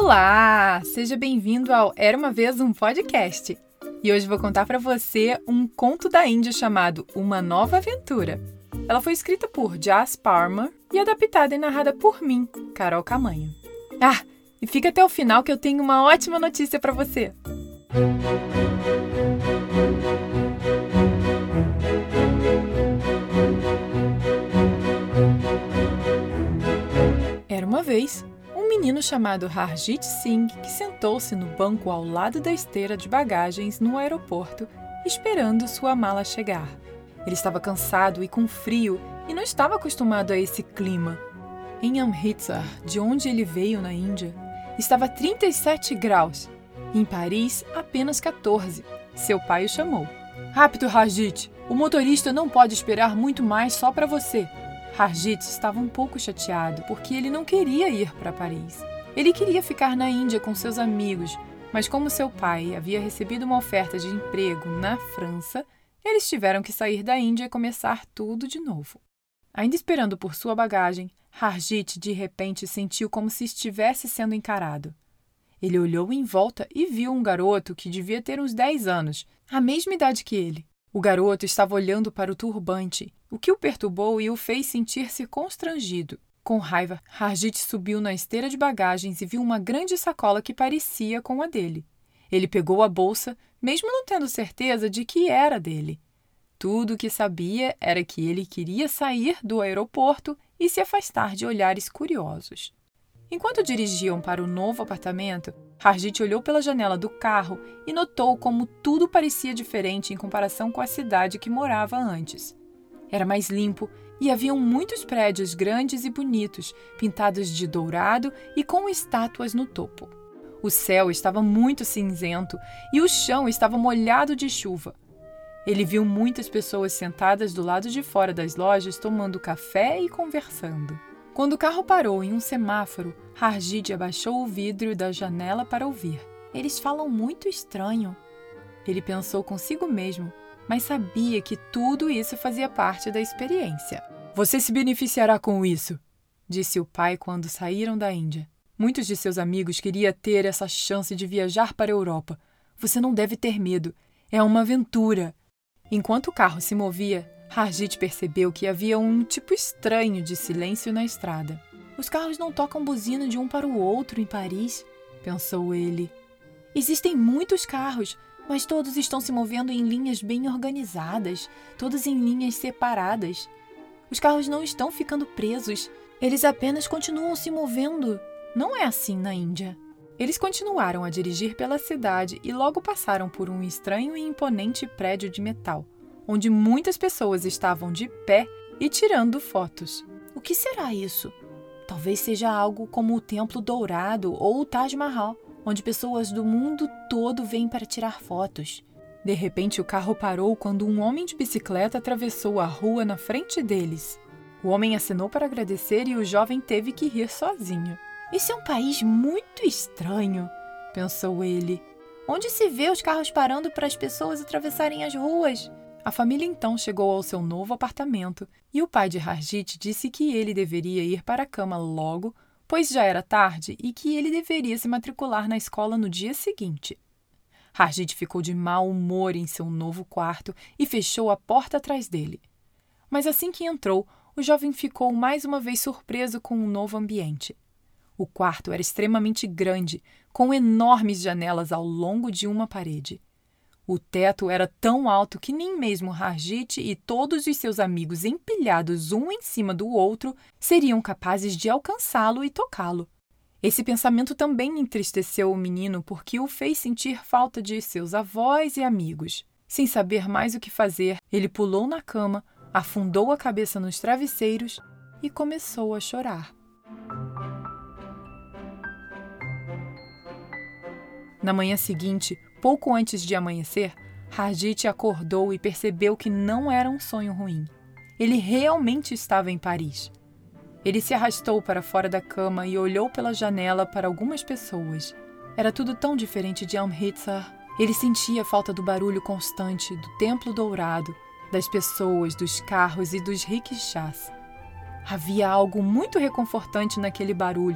Olá! Seja bem-vindo ao Era Uma Vez um Podcast. E hoje vou contar para você um conto da Índia chamado Uma Nova Aventura. Ela foi escrita por Jas Parma e adaptada e narrada por mim, Carol Camanho. E fica até o final que eu tenho uma ótima notícia para você. Era uma vez um menino chamado Harjit Singh que sentou-se no banco ao lado da esteira de bagagens no aeroporto, esperando sua mala chegar. Ele estava cansado e com frio e não estava acostumado a esse clima. Em Amritsar, de onde ele veio na Índia, estava 37 graus. Em Paris, apenas 14. Seu pai o chamou. "Rápido, Harjit! O motorista não pode esperar muito mais só para você." Harjit estava um pouco chateado porque ele não queria ir para Paris. Ele queria ficar na Índia com seus amigos, mas como seu pai havia recebido uma oferta de emprego na França, eles tiveram que sair da Índia e começar tudo de novo. Ainda esperando por sua bagagem, Harjit de repente sentiu como se estivesse sendo encarado. Ele olhou em volta e viu um garoto que devia ter uns 10 anos, a mesma idade que ele. O garoto estava olhando para o turbante, o que o perturbou e o fez sentir-se constrangido. Com raiva, Harjit subiu na esteira de bagagens e viu uma grande sacola que parecia com a dele. Ele pegou a bolsa, mesmo não tendo certeza de que era dele. Tudo o que sabia era que ele queria sair do aeroporto e se afastar de olhares curiosos. Enquanto dirigiam para o novo apartamento, Harjit olhou pela janela do carro e notou como tudo parecia diferente em comparação com a cidade que morava antes. Era mais limpo e haviam muitos prédios grandes e bonitos, pintados de dourado e com estátuas no topo. O céu estava muito cinzento e o chão estava molhado de chuva. Ele viu muitas pessoas sentadas do lado de fora das lojas tomando café e conversando. Quando o carro parou em um semáforo, Harjit abaixou o vidro da janela para ouvir. "Eles falam muito estranho." Ele pensou consigo mesmo, mas sabia que tudo isso fazia parte da experiência. "Você se beneficiará com isso", disse o pai quando saíram da Índia. "Muitos de seus amigos queriam ter essa chance de viajar para a Europa. Você não deve ter medo. É uma aventura." Enquanto o carro se movia, Harjit percebeu que havia um tipo estranho de silêncio na estrada. "Os carros não tocam buzina de um para o outro em Paris", pensou ele. "Existem muitos carros, mas todos estão se movendo em linhas bem organizadas, todos em linhas separadas. Os carros não estão ficando presos, eles apenas continuam se movendo. Não é assim na Índia." Eles continuaram a dirigir pela cidade e logo passaram por um estranho e imponente prédio de metal, onde muitas pessoas estavam de pé e tirando fotos. "O que será isso? Talvez seja algo como o Templo Dourado ou o Taj Mahal, onde pessoas do mundo todo vêm para tirar fotos." De repente, o carro parou quando um homem de bicicleta atravessou a rua na frente deles. O homem acenou para agradecer e o jovem teve que rir sozinho. "Esse é um país muito estranho", pensou ele. "Onde se vê os carros parando para as pessoas atravessarem as ruas?" A família então chegou ao seu novo apartamento e o pai de Harjit disse que ele deveria ir para a cama logo, pois já era tarde e que ele deveria se matricular na escola no dia seguinte. Harjit ficou de mau humor em seu novo quarto e fechou a porta atrás dele. Mas assim que entrou, o jovem ficou mais uma vez surpreso com o novo ambiente. O quarto era extremamente grande, com enormes janelas ao longo de uma parede. O teto era tão alto que nem mesmo Harjit e todos os seus amigos empilhados um em cima do outro seriam capazes de alcançá-lo e tocá-lo. Esse pensamento também entristeceu o menino porque o fez sentir falta de seus avós e amigos. Sem saber mais o que fazer, ele pulou na cama, afundou a cabeça nos travesseiros e começou a chorar. Na manhã seguinte, pouco antes de amanhecer, Harjit acordou e percebeu que não era um sonho ruim. Ele realmente estava em Paris. Ele se arrastou para fora da cama e olhou pela janela para algumas pessoas. Era tudo tão diferente de Amritsar. Ele sentia a falta do barulho constante do Templo Dourado, das pessoas, dos carros e dos rickshaws. Havia algo muito reconfortante naquele barulho,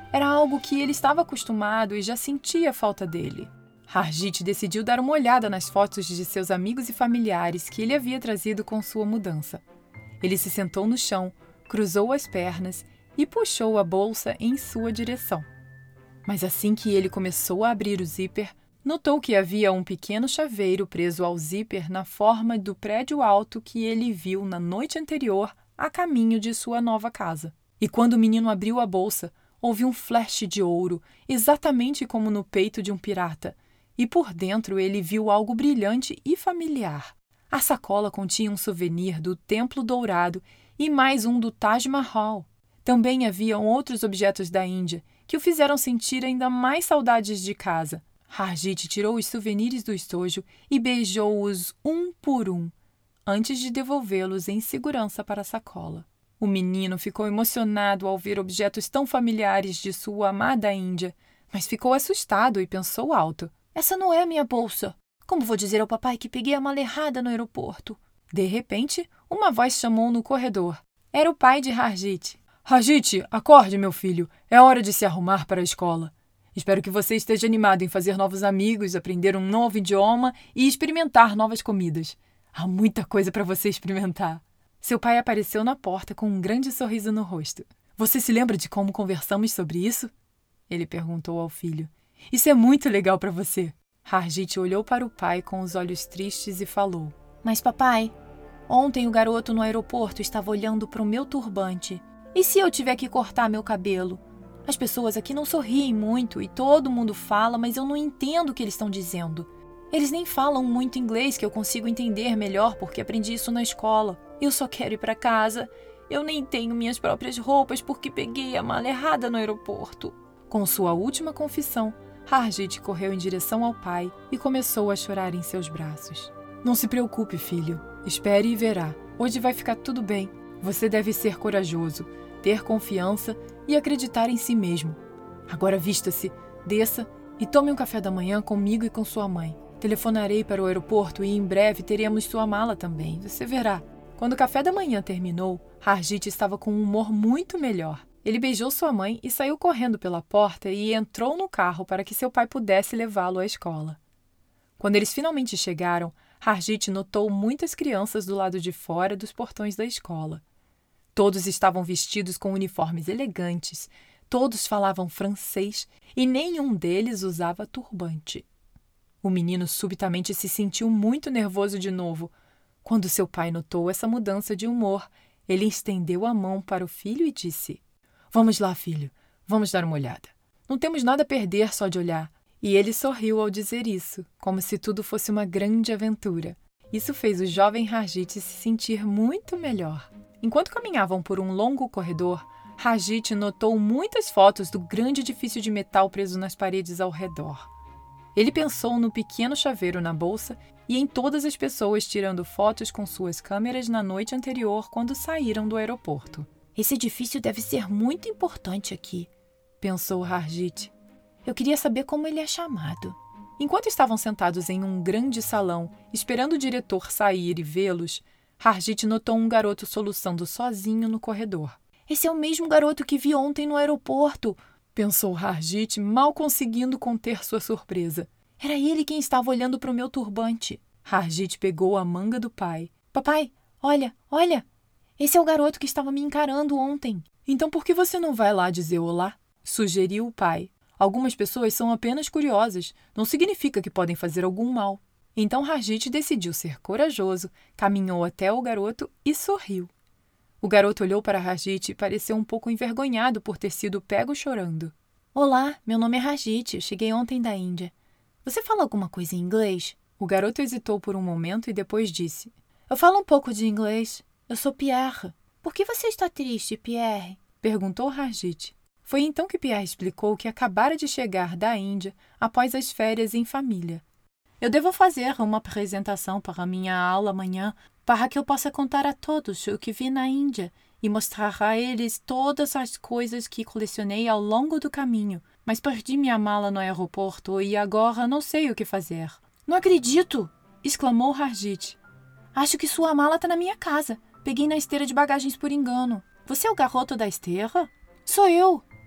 Era algo que ele estava acostumado e já sentia falta dele. Harjit decidiu dar uma olhada nas fotos de seus amigos e familiares que ele havia trazido com sua mudança. Ele se sentou no chão, cruzou as pernas e puxou a bolsa em sua direção. Mas assim que ele começou a abrir o zíper, notou que havia um pequeno chaveiro preso ao zíper na forma do prédio alto que ele viu na noite anterior a caminho de sua nova casa. E quando o menino abriu a bolsa, houve um flash de ouro, exatamente como no peito de um pirata, e por dentro ele viu algo brilhante e familiar. A sacola continha um souvenir do Templo Dourado e mais um do Taj Mahal. Também haviam outros objetos da Índia, que o fizeram sentir ainda mais saudades de casa. Harjit tirou os souvenirs do estojo e beijou-os um por um, antes de devolvê-los em segurança para a sacola. O menino ficou emocionado ao ver objetos tão familiares de sua amada Índia, mas ficou assustado e pensou alto. Essa não é a minha bolsa. Como vou dizer ao papai que peguei a mala errada no aeroporto? De repente, uma voz chamou no corredor. Era o pai de Harjit. Harjit, acorde, meu filho. É hora de se arrumar para a escola. Espero que você esteja animado em fazer novos amigos, aprender um novo idioma e experimentar novas comidas. Há muita coisa para você experimentar. Seu pai apareceu na porta com um grande sorriso no rosto. Você se lembra de como conversamos sobre isso? Ele perguntou ao filho. Isso é muito legal para você. Harjit olhou para o pai com os olhos tristes e falou. Mas papai, ontem o garoto no aeroporto estava olhando para o meu turbante. E se eu tiver que cortar meu cabelo? As pessoas aqui não sorriem muito e todo mundo fala, mas eu não entendo o que eles estão dizendo. Eles nem falam muito inglês que eu consigo entender melhor porque aprendi isso na escola. Eu só quero ir para casa. Eu nem tenho minhas próprias roupas porque peguei a mala errada no aeroporto. Com sua última confissão, Harjit correu em direção ao pai e começou a chorar em seus braços. Não se preocupe, filho. Espere e verá. Hoje vai ficar tudo bem. Você deve ser corajoso, ter confiança e acreditar em si mesmo. Agora vista-se, desça e tome um café da manhã comigo e com sua mãe. Telefonarei para o aeroporto e em breve teremos sua mala também. Você verá. Quando o café da manhã terminou, Harjit estava com um humor muito melhor. Ele beijou sua mãe e saiu correndo pela porta e entrou no carro para que seu pai pudesse levá-lo à escola. Quando eles finalmente chegaram, Harjit notou muitas crianças do lado de fora dos portões da escola. Todos estavam vestidos com uniformes elegantes, todos falavam francês e nenhum deles usava turbante. O menino subitamente se sentiu muito nervoso de novo. Quando seu pai notou essa mudança de humor, ele estendeu a mão para o filho e disse: Vamos lá, filho, vamos dar uma olhada. Não temos nada a perder só de olhar. E ele sorriu ao dizer isso, como se tudo fosse uma grande aventura. Isso fez o jovem Harjit se sentir muito melhor. Enquanto caminhavam por um longo corredor, Harjit notou muitas fotos do grande edifício de metal preso nas paredes ao redor. Ele pensou no pequeno chaveiro na bolsa e em todas as pessoas tirando fotos com suas câmeras na noite anterior quando saíram do aeroporto. Esse edifício deve ser muito importante aqui, pensou Harjit. Eu queria saber como ele é chamado. Enquanto estavam sentados em um grande salão, esperando o diretor sair e vê-los, Harjit notou um garoto soluçando sozinho no corredor. Esse é o mesmo garoto que vi ontem no aeroporto, pensou Harjit, mal conseguindo conter sua surpresa. Era ele quem estava olhando para o meu turbante. Harjit pegou a manga do pai. Papai, olha, olha! Esse é o garoto que estava me encarando ontem. Então por que você não vai lá dizer olá? Sugeriu o pai. Algumas pessoas são apenas curiosas. Não significa que podem fazer algum mal. Então Harjit decidiu ser corajoso, caminhou até o garoto e sorriu. O garoto olhou para Harjit e pareceu um pouco envergonhado por ter sido pego chorando. Olá, meu nome é Harjit, eu cheguei ontem da Índia. Você fala alguma coisa em inglês? O garoto hesitou por um momento e depois disse. Eu falo um pouco de inglês. Eu sou Pierre. Por que você está triste, Pierre? Perguntou Harjit. Foi então que Pierre explicou que acabara de chegar da Índia após as férias em família. Eu devo fazer uma apresentação para minha aula amanhã para que eu possa contar a todos o que vi na Índia e mostrar a eles todas as coisas que colecionei ao longo do caminho. Mas perdi minha mala no aeroporto e agora não sei o que fazer. Não acredito! Exclamou Harjit. Acho que sua mala está na minha casa. Peguei na esteira de bagagens por engano. Você é o garoto da esteira? Sou eu!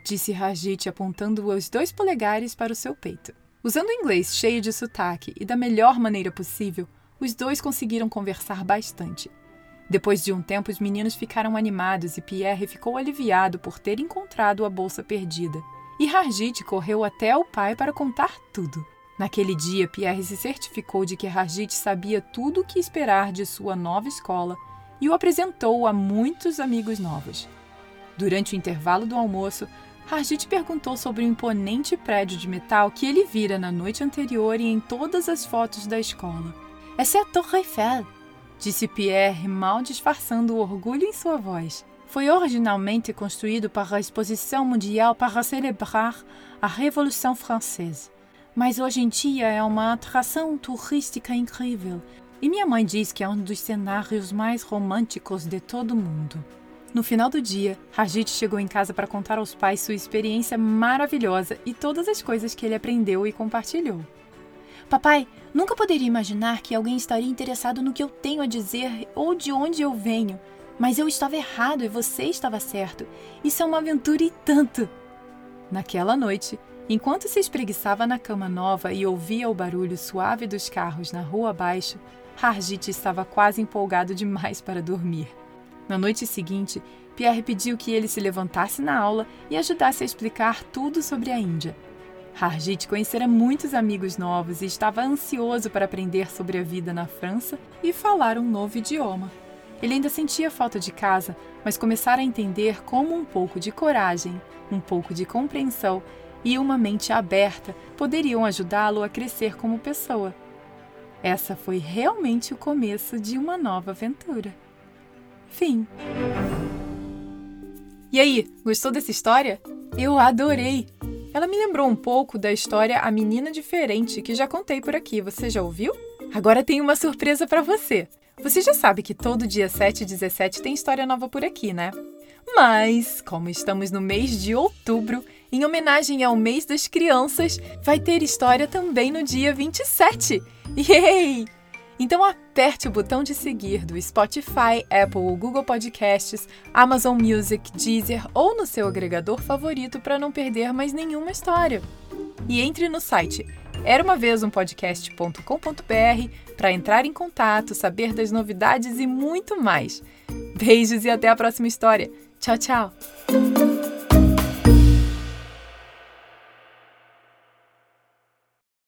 disse Harjit apontando os 2 polegares para o seu peito. Usando o inglês cheio de sotaque e da melhor maneira possível, os 2 conseguiram conversar bastante. Depois de um tempo, os meninos ficaram animados e Pierre ficou aliviado por ter encontrado a bolsa perdida. E Harjit correu até o pai para contar tudo. Naquele dia, Pierre se certificou de que Harjit sabia tudo o que esperar de sua nova escola e o apresentou a muitos amigos novos. Durante o intervalo do almoço, Harjit perguntou sobre o imponente prédio de metal que ele vira na noite anterior e em todas as fotos da escola. Essa é a Torre Eiffel, disse Pierre, mal disfarçando o orgulho em sua voz. Foi originalmente construído para a Exposição Mundial para celebrar a Revolução Francesa. Mas hoje em dia é uma atração turística incrível. E minha mãe diz que é um dos cenários mais românticos de todo o mundo. No final do dia, Harjit chegou em casa para contar aos pais sua experiência maravilhosa e todas as coisas que ele aprendeu e compartilhou. Papai, nunca poderia imaginar que alguém estaria interessado no que eu tenho a dizer ou de onde eu venho. Mas eu estava errado e você estava certo. Isso é uma aventura e tanto! Naquela noite, enquanto se espreguiçava na cama nova e ouvia o barulho suave dos carros na rua abaixo, Harjit estava quase empolgado demais para dormir. Na noite seguinte, Pierre pediu que ele se levantasse na aula e ajudasse a explicar tudo sobre a Índia. Harjit conhecera muitos amigos novos e estava ansioso para aprender sobre a vida na França e falar um novo idioma. Ele ainda sentia falta de casa, mas começara a entender como um pouco de coragem, um pouco de compreensão e uma mente aberta poderiam ajudá-lo a crescer como pessoa. Essa foi realmente o começo de uma nova aventura. Fim. E aí, gostou dessa história? Eu adorei! Ela me lembrou um pouco da história A Menina Diferente, que já contei por aqui. Você já ouviu? Agora tem uma surpresa para você. Você já sabe que todo dia 7 e 17 tem história nova por aqui, né? Mas, como estamos no mês de outubro, em homenagem ao mês das crianças, vai ter história também no dia 27. Yay! Então aperte o botão de seguir do Spotify, Apple ou Google Podcasts, Amazon Music, Deezer ou no seu agregador favorito para não perder mais nenhuma história. E entre no site eraumavezumpodcast.com.br para entrar em contato, saber das novidades e muito mais. Beijos e até a próxima história. Tchau, tchau!